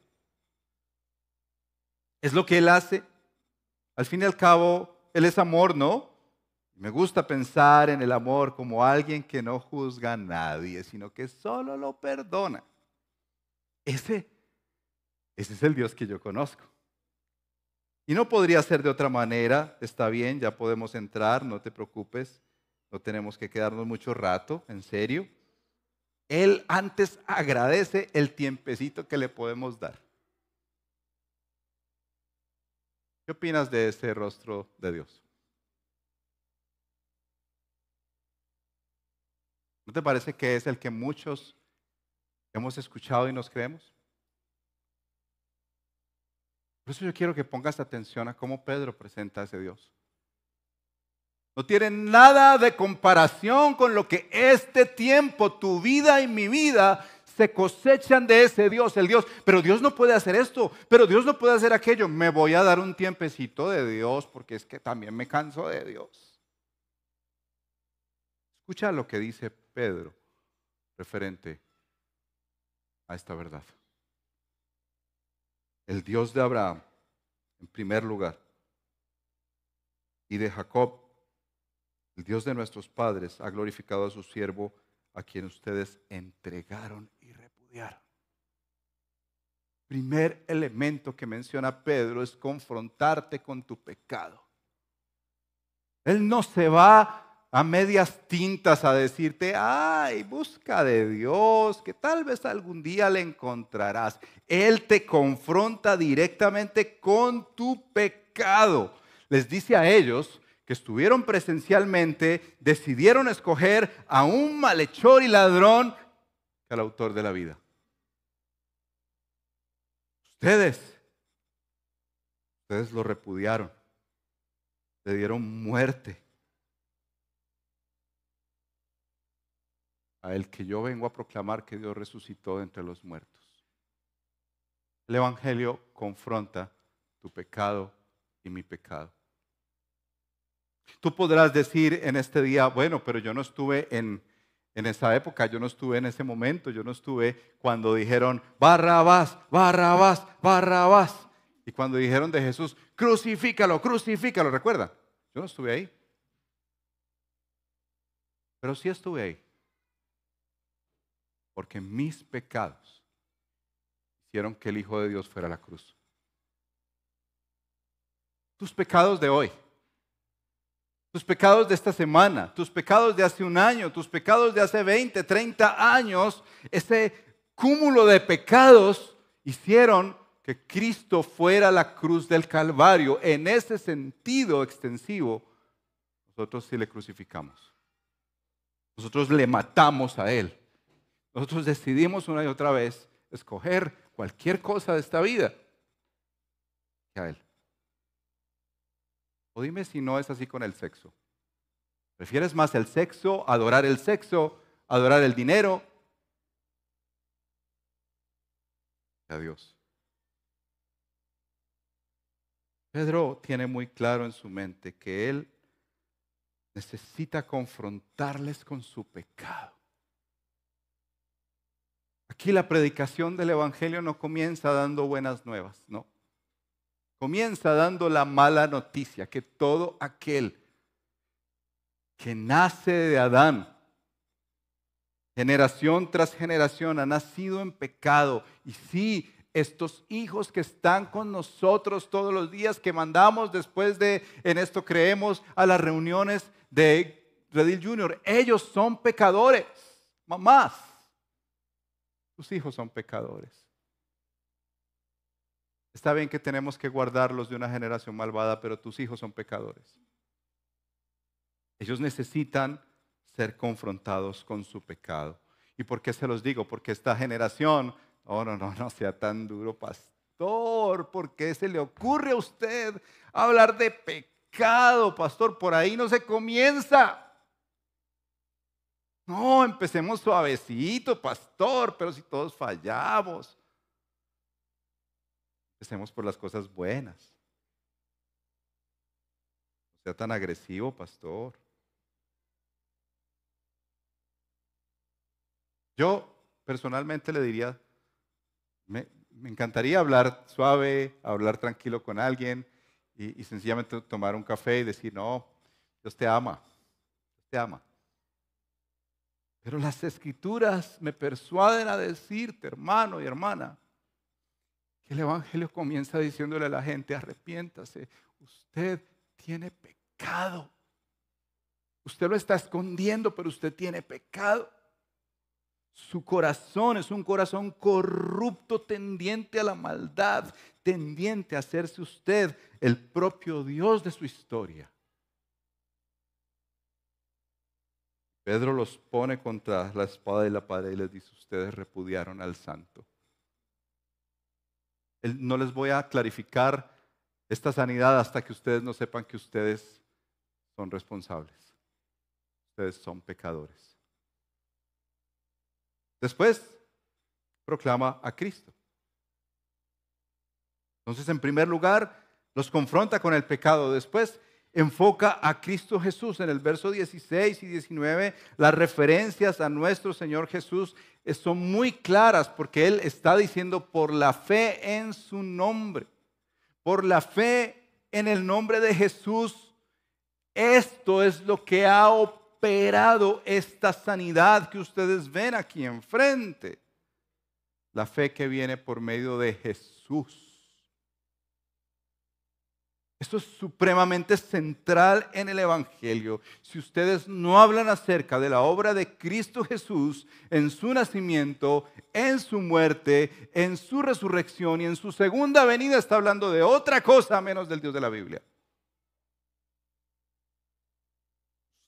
Speaker 2: Es lo que él hace. Al fin y al cabo, él es amor, ¿no? Me gusta pensar en el amor como alguien que no juzga a nadie, sino que solo lo perdona. Ese es el Dios que yo conozco. Y no podría ser de otra manera. Está bien, ya podemos entrar, no te preocupes. No tenemos que quedarnos mucho rato, en serio. Él antes agradece el tiempecito que le podemos dar. ¿Qué opinas de ese rostro de Dios? ¿No te parece que es el que muchos hemos escuchado y nos creemos? Por eso yo quiero que pongas atención a cómo Pedro presenta a ese Dios. No tiene nada de comparación con lo que este tiempo, tu vida y mi vida, se cosechan de ese Dios, el Dios. Pero Dios no puede hacer esto, pero Dios no puede hacer aquello. Me voy a dar un tiempecito de Dios porque es que también me canso de Dios. Escucha lo que dice Pedro referente a esta verdad. El Dios de Abraham, en primer lugar, y de Jacob, el Dios de nuestros padres, ha glorificado a su siervo, a quien ustedes entregaron y repudiaron. Primer elemento que menciona Pedro es confrontarte con tu pecado. Él no se va a medias tintas a decirte, ay, busca de Dios, que tal vez algún día le encontrarás. Él te confronta directamente con tu pecado. Les dice a ellos que estuvieron presencialmente, decidieron escoger a un malhechor y ladrón que al autor de la vida. Ustedes lo repudiaron, le dieron muerte a el que yo vengo a proclamar que Dios resucitó de entre los muertos. El Evangelio confronta tu pecado y mi pecado. Tú podrás decir en este día, bueno, pero yo no estuve en esa época, yo no estuve en ese momento, yo no estuve cuando dijeron, Barrabás, Barrabás, Barrabás. Y cuando dijeron de Jesús, crucifícalo, crucifícalo, ¿recuerda? Yo no estuve ahí. Pero sí estuve ahí. Porque mis pecados hicieron que el Hijo de Dios fuera a la cruz. Tus pecados de hoy, tus pecados de esta semana, tus pecados de hace un año, tus pecados de hace 20, 30 años, ese cúmulo de pecados hicieron que Cristo fuera a la cruz del Calvario. En ese sentido extensivo, nosotros sí le crucificamos. Nosotros le matamos a Él. Nosotros decidimos una y otra vez escoger cualquier cosa de esta vida que a Él. O dime si no es así con el sexo. ¿Prefieres más el sexo, adorar el dinero que a Dios? Pedro tiene muy claro en su mente que él necesita confrontarles con su pecado. Aquí la predicación del Evangelio no comienza dando buenas nuevas, no. Comienza dando la mala noticia, que todo aquel que nace de Adán, generación tras generación, ha nacido en pecado. Y sí, estos hijos que están con nosotros todos los días, que mandamos después de, en esto creemos, a las reuniones de Redil Junior, ellos son pecadores. Mamás, tus hijos son pecadores. Está bien que tenemos que guardarlos de una generación malvada, pero tus hijos son pecadores. Ellos necesitan ser confrontados con su pecado. ¿Y por qué se los digo? Porque esta generación, no sea tan duro, pastor. ¿Por qué se le ocurre a usted hablar de pecado, pastor? Por ahí no se comienza. No, empecemos suavecito, pastor, pero si todos fallamos. Empecemos por las cosas buenas. No sea tan agresivo, pastor. Yo personalmente le diría, me encantaría hablar suave, hablar tranquilo con alguien y sencillamente tomar un café y decir, no, Dios te ama, Dios te ama. Pero las Escrituras me persuaden a decirte, hermano y hermana, que el Evangelio comienza diciéndole a la gente, arrepiéntase, usted tiene pecado. Usted lo está escondiendo, pero usted tiene pecado. Su corazón es un corazón corrupto, tendiente a la maldad, tendiente a hacerse usted el propio Dios de su historia. Pedro los pone contra la espada y la pared y les dice, ustedes repudiaron al santo. No les voy a clarificar esta sanidad hasta que ustedes no sepan que ustedes son responsables. Ustedes son pecadores. Después, proclama a Cristo. Entonces, en primer lugar, los confronta con el pecado. Después, enfoca a Cristo Jesús. En el verso 16 y 19, las referencias a nuestro Señor Jesús son muy claras porque Él está diciendo por la fe en su nombre, por la fe en el nombre de Jesús. Esto es lo que ha operado esta sanidad que ustedes ven aquí enfrente. La fe que viene por medio de Jesús. Esto es supremamente central en el Evangelio. Si ustedes no hablan acerca de la obra de Cristo Jesús en su nacimiento, en su muerte, en su resurrección y en su segunda venida, está hablando de otra cosa menos del Dios de la Biblia.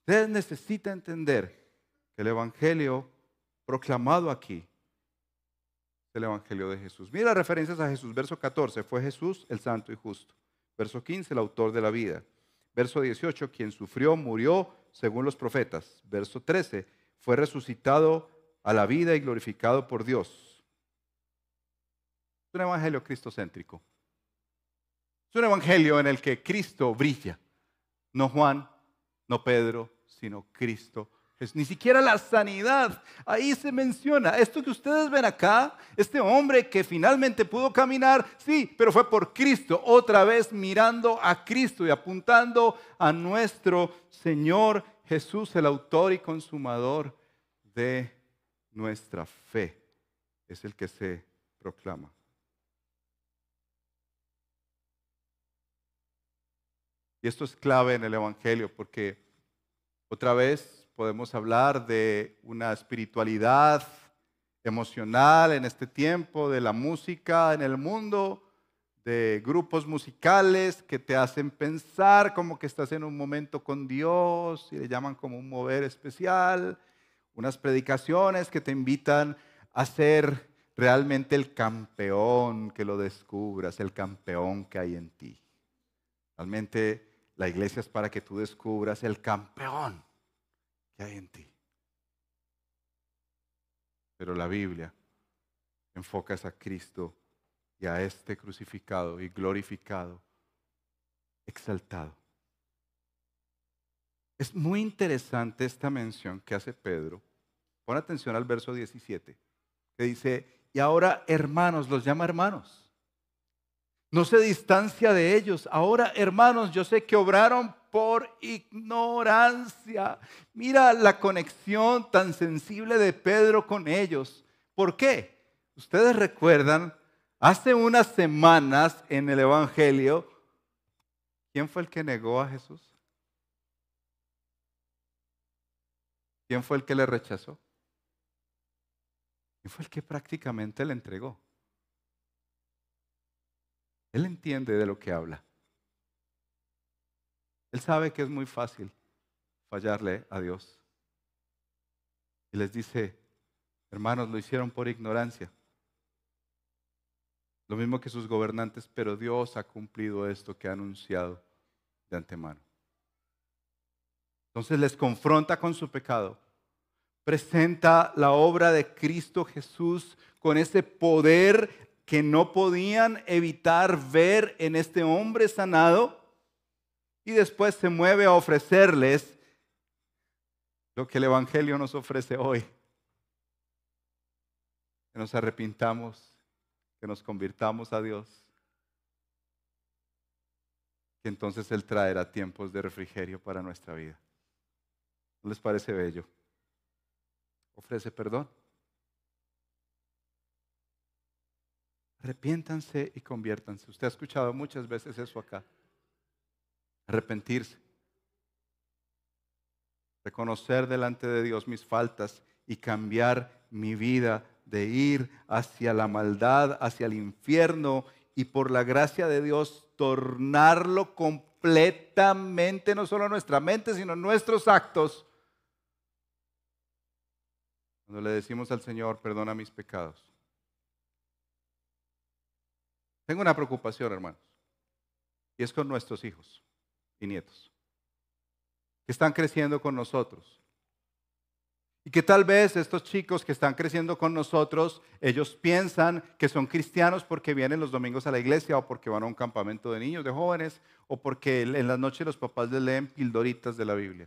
Speaker 2: Usted necesita entender que el Evangelio proclamado aquí es el Evangelio de Jesús. Mira las referencias a Jesús. Verso 14, fue Jesús el santo y justo. Verso 15, el autor de la vida. Verso 18, quien sufrió, murió según los profetas. Verso 13, fue resucitado a la vida y glorificado por Dios. Es un evangelio cristocéntrico. Es un evangelio en el que Cristo brilla. No Juan, no Pedro, sino Cristo. Ni siquiera la sanidad, ahí se menciona. Esto que ustedes ven acá, este hombre que finalmente pudo caminar, sí, pero fue por Cristo. Otra vez mirando a Cristo y apuntando a nuestro Señor Jesús, el autor y consumador de nuestra fe. Es el que se proclama. Y esto es clave en el Evangelio porque otra vez podemos hablar de una espiritualidad emocional en este tiempo, de la música en el mundo, de grupos musicales que te hacen pensar como que estás en un momento con Dios y le llaman como un mover especial, unas predicaciones que te invitan a ser realmente el campeón, que lo descubras, el campeón que hay en ti. Realmente la iglesia es para que tú descubras el campeón que hay en ti. Pero la Biblia enfoca a Cristo y a este crucificado y glorificado, exaltado. Es muy interesante esta mención que hace Pedro. Pon atención al verso 17, que dice, y ahora hermanos, los llama hermanos. No se distancia de ellos. Ahora, hermanos, yo sé que obraron por ignorancia. Mira la conexión tan sensible de Pedro con ellos. ¿Por qué? Ustedes recuerdan, hace unas semanas en el Evangelio, ¿quién fue el que negó a Jesús? ¿Quién fue el que le rechazó? ¿Quién fue el que prácticamente le entregó? Él entiende de lo que habla. Él sabe que es muy fácil fallarle a Dios. Y les dice, hermanos, lo hicieron por ignorancia. Lo mismo que sus gobernantes, pero Dios ha cumplido esto que ha anunciado de antemano. Entonces les confronta con su pecado. Presenta la obra de Cristo Jesús con ese poder que no podían evitar ver en este hombre sanado, y después se mueve a ofrecerles lo que el Evangelio nos ofrece hoy. Que nos arrepintamos, que nos convirtamos a Dios, que entonces Él traerá tiempos de refrigerio para nuestra vida. ¿No les parece bello? Ofrece perdón. Arrepiéntanse y conviértanse. Usted ha escuchado muchas veces eso acá. Arrepentirse. Reconocer delante de Dios mis faltas y cambiar mi vida de ir hacia la maldad, hacia el infierno, y por la gracia de Dios tornarlo completamente, no solo nuestra mente, sino nuestros actos. Cuando le decimos al Señor, perdona mis pecados. Tengo una preocupación, hermanos, y es con nuestros hijos y nietos, que están creciendo con nosotros. Y que tal vez estos chicos que están creciendo con nosotros, ellos piensan que son cristianos porque vienen los domingos a la iglesia, o porque van a un campamento de niños, de jóvenes, o porque en las noches los papás les leen pildoritas de la Biblia.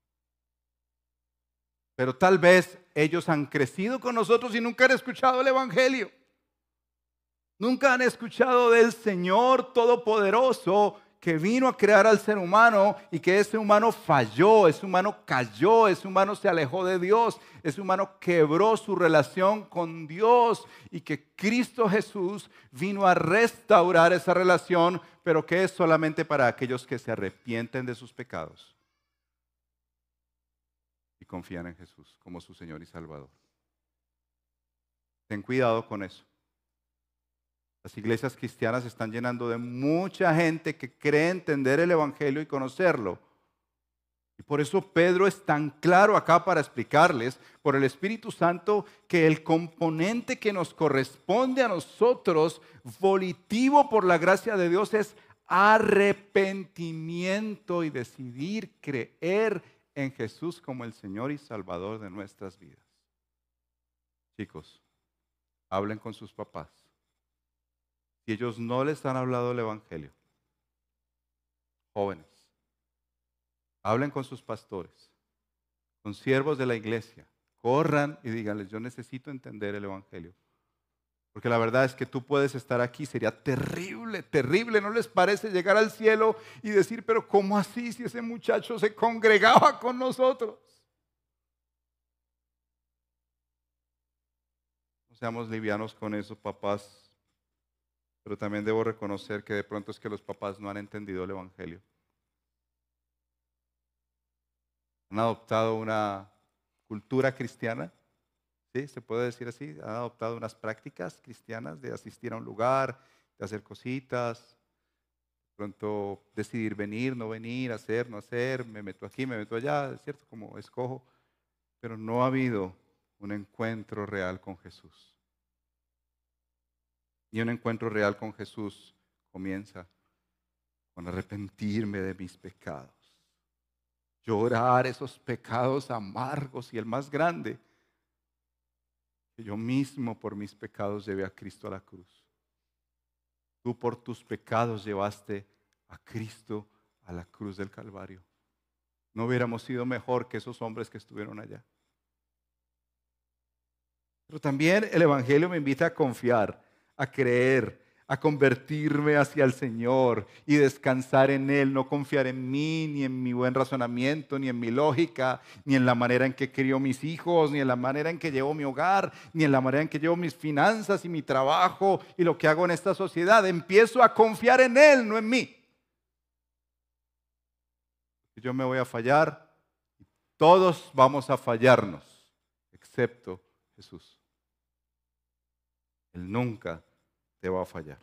Speaker 2: Pero tal vez ellos han crecido con nosotros y nunca han escuchado el Evangelio. Nunca han escuchado del Señor Todopoderoso que vino a crear al ser humano, y que ese humano falló, ese humano cayó, ese humano se alejó de Dios, ese humano quebró su relación con Dios, y que Cristo Jesús vino a restaurar esa relación, pero que es solamente para aquellos que se arrepienten de sus pecados y confían en Jesús como su Señor y Salvador. Ten cuidado con eso. Las iglesias cristianas se están llenando de mucha gente que cree entender el Evangelio y conocerlo, Y por eso Pedro es tan claro acá para explicarles por el Espíritu Santo que el componente que nos corresponde a nosotros, volitivo por la gracia de Dios, es arrepentimiento y decidir creer en Jesús como el Señor y Salvador de nuestras vidas. Chicos, hablen con sus papás. Si ellos no les han hablado del Evangelio, jóvenes, hablen con sus pastores, con siervos de la iglesia. Corran y díganles, yo necesito entender el Evangelio. Porque la verdad es que tú puedes estar aquí, sería terrible, terrible. ¿No les parece llegar al cielo y decir, pero cómo así si ese muchacho se congregaba con nosotros? No seamos livianos con eso, papás. Pero también debo reconocer que de pronto es que los papás no han entendido el Evangelio. Han adoptado una cultura cristiana, ¿sí? Se puede decir así. Han adoptado unas prácticas cristianas de asistir a un lugar, de hacer cositas, de pronto decidir venir, no venir, hacer, no hacer, me meto aquí, me meto allá, es cierto, como escojo. Pero no ha habido un encuentro real con Jesús. Y un encuentro real con Jesús comienza con arrepentirme de mis pecados. Llorar esos pecados amargos y el más grande, que yo mismo por mis pecados llevé a Cristo a la cruz. Tú por tus pecados llevaste a Cristo a la cruz del Calvario. No hubiéramos sido mejor que esos hombres que estuvieron allá. Pero también el Evangelio me invita a confiar, a creer, a convertirme hacia el Señor y descansar en Él, no confiar en mí, ni en mi buen razonamiento, ni en mi lógica, ni en la manera en que crío mis hijos, ni en la manera en que llevo mi hogar, ni en la manera en que llevo mis finanzas y mi trabajo y lo que hago en esta sociedad. Empiezo a confiar en Él, no en mí. Yo me voy a fallar, todos vamos a fallarnos, excepto Jesús. Él nunca te va a fallar.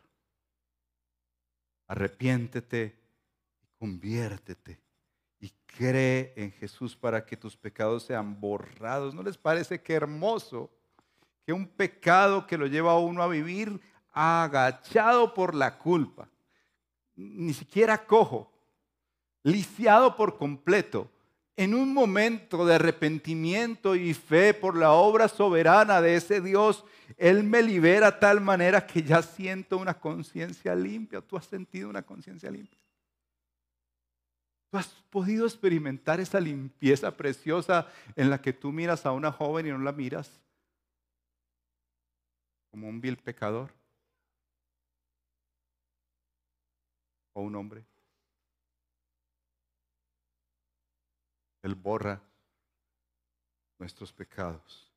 Speaker 2: Arrepiéntete y conviértete y cree en Jesús para que tus pecados sean borrados. ¿No les parece qué hermoso que un pecado que lo lleva a uno a vivir agachado por la culpa, ni siquiera cojo, lisiado por completo, en un momento de arrepentimiento y fe por la obra soberana de ese Dios, Él me libera de tal manera que ya siento una conciencia limpia? ¿Tú has sentido una conciencia limpia? ¿Tú has podido experimentar esa limpieza preciosa en la que tú miras a una joven y no la miras como un vil pecador? ¿O un hombre? Él borra nuestros pecados.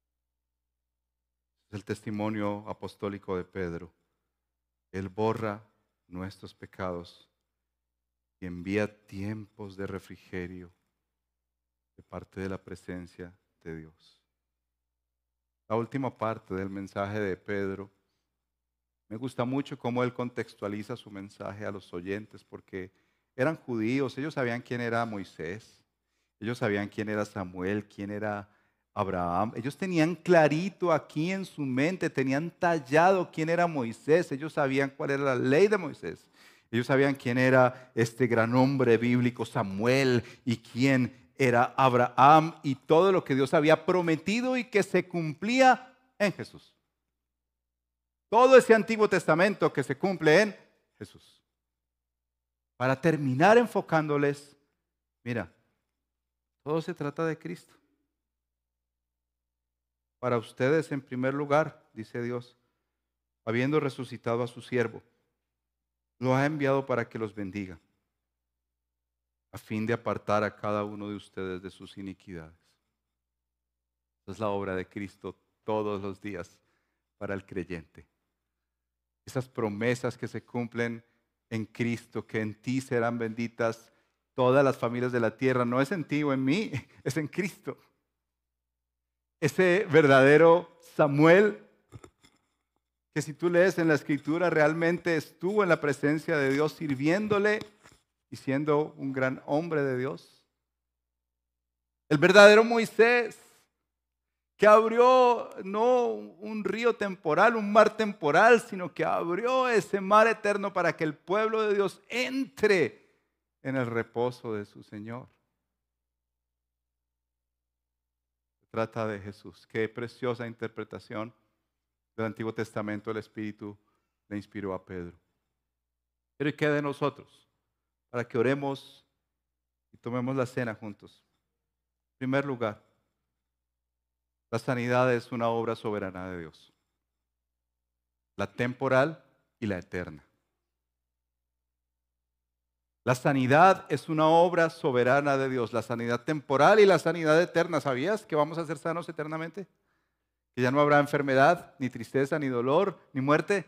Speaker 2: Es el testimonio apostólico de Pedro. Él borra nuestros pecados y envía tiempos de refrigerio de parte de la presencia de Dios. La última parte del mensaje de Pedro, me gusta mucho cómo él contextualiza su mensaje a los oyentes, porque eran judíos, ellos sabían quién era Moisés. Ellos sabían quién era Samuel, quién era Abraham. Ellos tenían clarito aquí en su mente, tenían tallado quién era Moisés. Ellos sabían cuál era la ley de Moisés. Ellos sabían quién era este gran hombre bíblico Samuel y quién era Abraham y todo lo que Dios había prometido y que se cumplía en Jesús. Todo ese Antiguo Testamento que se cumple en Jesús. Para terminar enfocándoles, mira, todo se trata de Cristo. Para ustedes, en primer lugar, dice Dios, habiendo resucitado a su siervo, lo ha enviado para que los bendiga, a fin de apartar a cada uno de ustedes de sus iniquidades. Esa es la obra de Cristo todos los días para el creyente. Esas promesas que se cumplen en Cristo, que en ti serán benditas todas las familias de la tierra, no es en ti o en mí, es en Cristo. Ese verdadero Samuel, que si tú lees en la Escritura, realmente estuvo en la presencia de Dios sirviéndole y siendo un gran hombre de Dios. El verdadero Moisés, que abrió no un río temporal, un mar temporal, sino que abrió ese mar eterno para que el pueblo de Dios entre en el reposo de su Señor. Se trata de Jesús. Qué preciosa interpretación del Antiguo Testamento el Espíritu le inspiró a Pedro. Pero ¿y qué de nosotros? Para que oremos y tomemos la cena juntos. En primer lugar, la sanidad es una obra soberana de Dios. La temporal y la eterna. La sanidad es una obra soberana de Dios. La sanidad temporal y la sanidad eterna. ¿Sabías que vamos a ser sanos eternamente? Que ya no habrá enfermedad, ni tristeza, ni dolor, ni muerte.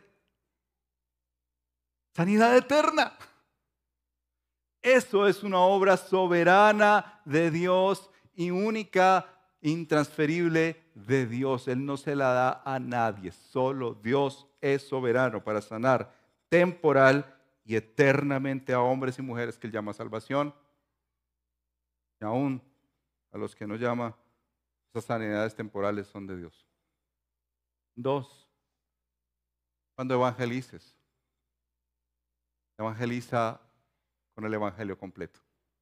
Speaker 2: Sanidad eterna. Eso es una obra soberana de Dios y única, intransferible de Dios. Él no se la da a nadie. Solo Dios es soberano para sanar temporal y eternamente a hombres y mujeres que Él llama salvación. Y aún a los que no llama, esas sanidades temporales son de Dios. 2. Cuando evangelices, evangeliza con el evangelio completo.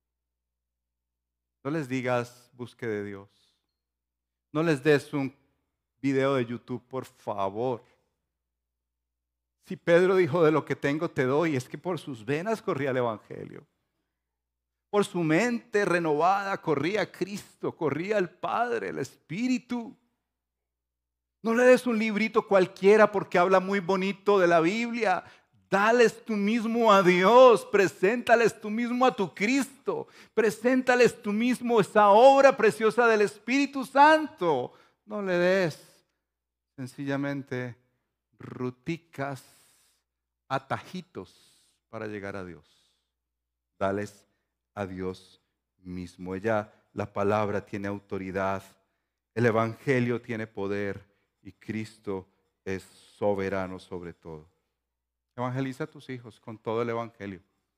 Speaker 2: No les digas, busque de Dios. No les des un video de YouTube, por favor. Si Pedro dijo, de lo que tengo te doy, es que por sus venas corría el evangelio. Por su mente renovada corría Cristo, corría el Padre, el Espíritu. No le des un librito cualquiera porque habla muy bonito de la Biblia. Dales tú mismo a Dios, preséntales tú mismo a tu Cristo, preséntales tú mismo esa obra preciosa del Espíritu Santo. No le des sencillamente ruticas, atajitos para llegar a Dios. Dales a Dios mismo. La palabra tiene autoridad, el Evangelio tiene poder y Cristo es soberano sobre todo. Evangeliza a tus hijos con todo el Evangelio.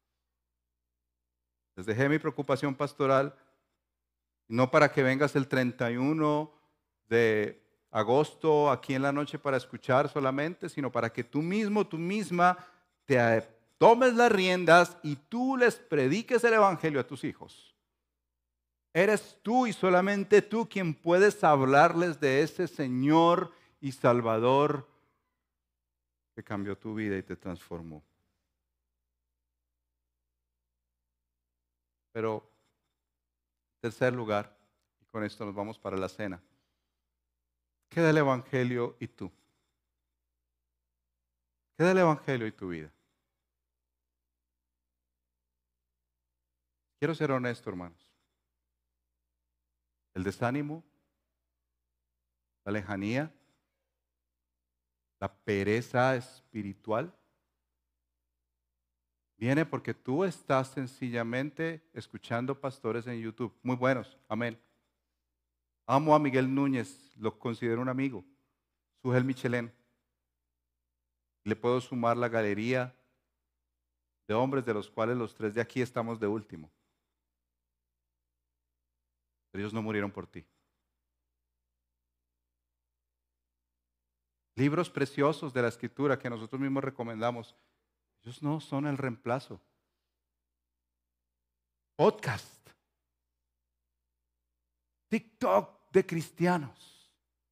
Speaker 2: Les dejé mi preocupación pastoral, no para que vengas el 31 de agosto aquí en la noche para escuchar solamente, sino para que tú mismo, tú misma, te tomes las riendas y tú les prediques el Evangelio a tus hijos. Eres tú y solamente tú quien puedes hablarles de ese Señor y Salvador que cambió tu vida y te transformó. Pero, en tercer lugar, y con esto nos vamos para la cena, queda el Evangelio y tú. Queda el Evangelio y tu vida. Quiero ser honesto, hermanos. El desánimo, la lejanía, la pereza espiritual, viene porque tú estás sencillamente escuchando pastores en YouTube. Muy buenos, amén. Amo a Miguel Núñez, lo considero un amigo. Sujel Michelén. Le puedo sumar la galería de hombres de los cuales los 3 de aquí estamos de último. Pero ellos no murieron por ti. Libros preciosos de la Escritura que nosotros mismos recomendamos, ellos no son el reemplazo. Podcast, TikTok de cristianos.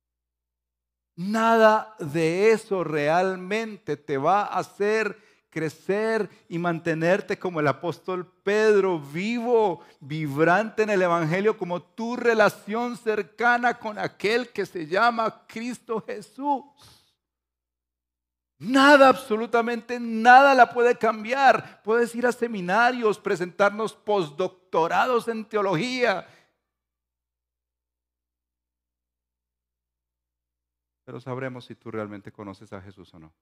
Speaker 2: Nada de eso realmente te va a hacer crecer y mantenerte como el apóstol Pedro, vivo, vibrante en el Evangelio, como tu relación cercana con aquel que se llama Cristo Jesús. Nada, absolutamente nada la puede cambiar. Puedes ir a seminarios, presentarnos postdoctorados en teología. Pero sabremos si tú realmente conoces a Jesús o no.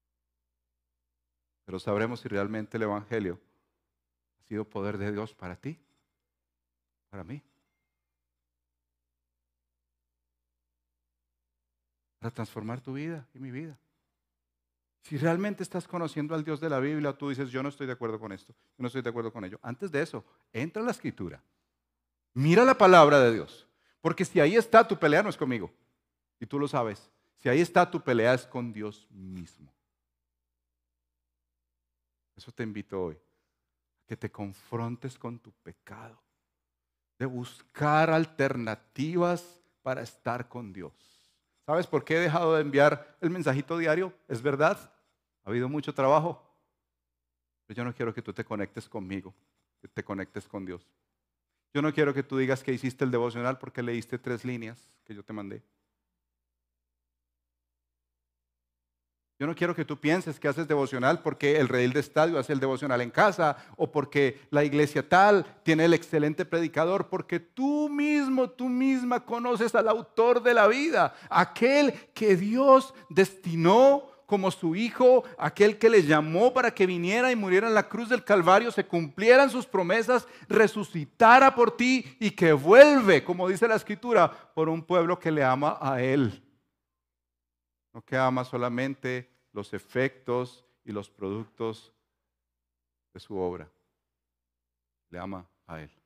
Speaker 2: Pero sabremos si realmente el Evangelio ha sido poder de Dios para ti, para mí. Para transformar tu vida y mi vida. Si realmente estás conociendo al Dios de la Biblia, tú dices, yo no estoy de acuerdo con esto, yo no estoy de acuerdo con ello. Antes de eso, entra a la Escritura. Mira la palabra de Dios. Porque si ahí está, tu pelea no es conmigo. Y tú lo sabes. Si ahí está, tu pelea es con Dios mismo. Eso te invito hoy. Que te confrontes con tu pecado. De buscar alternativas para estar con Dios. ¿Sabes por qué he dejado de enviar el mensajito diario? Es verdad. Ha habido mucho trabajo. Pero yo no quiero que tú te conectes conmigo. Que te conectes con Dios. Yo no quiero que tú digas que hiciste el devocional porque leíste 3 líneas que yo te mandé. Yo no quiero que tú pienses que haces devocional porque el redil de estadio hace el devocional en casa o porque la iglesia tal tiene el excelente predicador, porque tú mismo, tú misma conoces al autor de la vida, aquel que Dios destinó como su hijo, aquel que le llamó para que viniera y muriera en la cruz del Calvario, se cumplieran sus promesas, resucitara por ti y que vuelve, como dice la Escritura, por un pueblo que le ama a Él. No que ama solamente los efectos y los productos de su obra. Le ama a Él.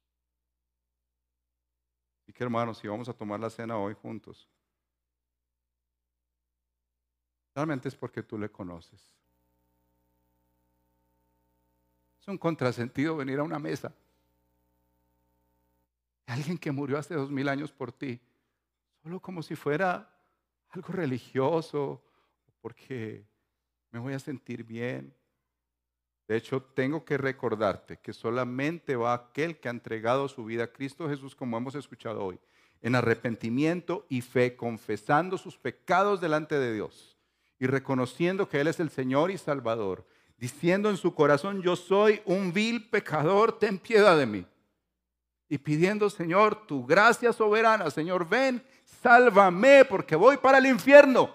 Speaker 2: Y que hermanos, si vamos a tomar la cena hoy juntos, realmente es porque tú le conoces. Es un contrasentido venir a una mesa de alguien que murió hace 2000 años por ti, solo como si fuera algo religioso, porque me voy a sentir bien. De hecho, tengo que recordarte que solamente va aquel que ha entregado su vida a Cristo Jesús, como hemos escuchado hoy, en arrepentimiento y fe, confesando sus pecados delante de Dios y reconociendo que Él es el Señor y Salvador, diciendo en su corazón: yo soy un vil pecador, ten piedad de mí. Y pidiendo: Señor, tu gracia soberana, Señor, ven, sálvame porque voy para el infierno.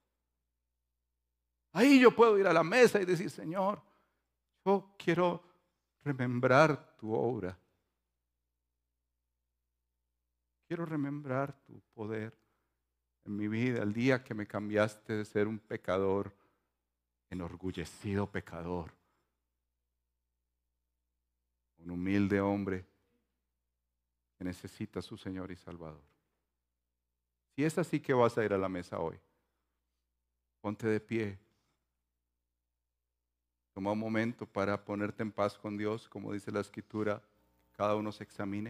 Speaker 2: Ahí yo puedo ir a la mesa y decir: Señor, yo quiero remembrar tu obra. Quiero remembrar tu poder en mi vida, el día que me cambiaste de ser un pecador, enorgullecido pecador, un humilde hombre que necesita a su Señor y Salvador. Si es así que vas a ir a la mesa hoy, ponte de pie. Toma un momento para ponerte en paz con Dios, como dice la Escritura, cada uno se examine.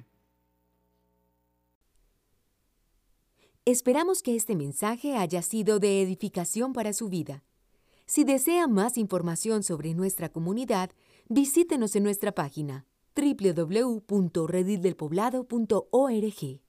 Speaker 1: Esperamos que este mensaje haya sido de edificación para su vida. Si desea más información sobre nuestra comunidad, visítenos en nuestra página www.redildelpoblado.org.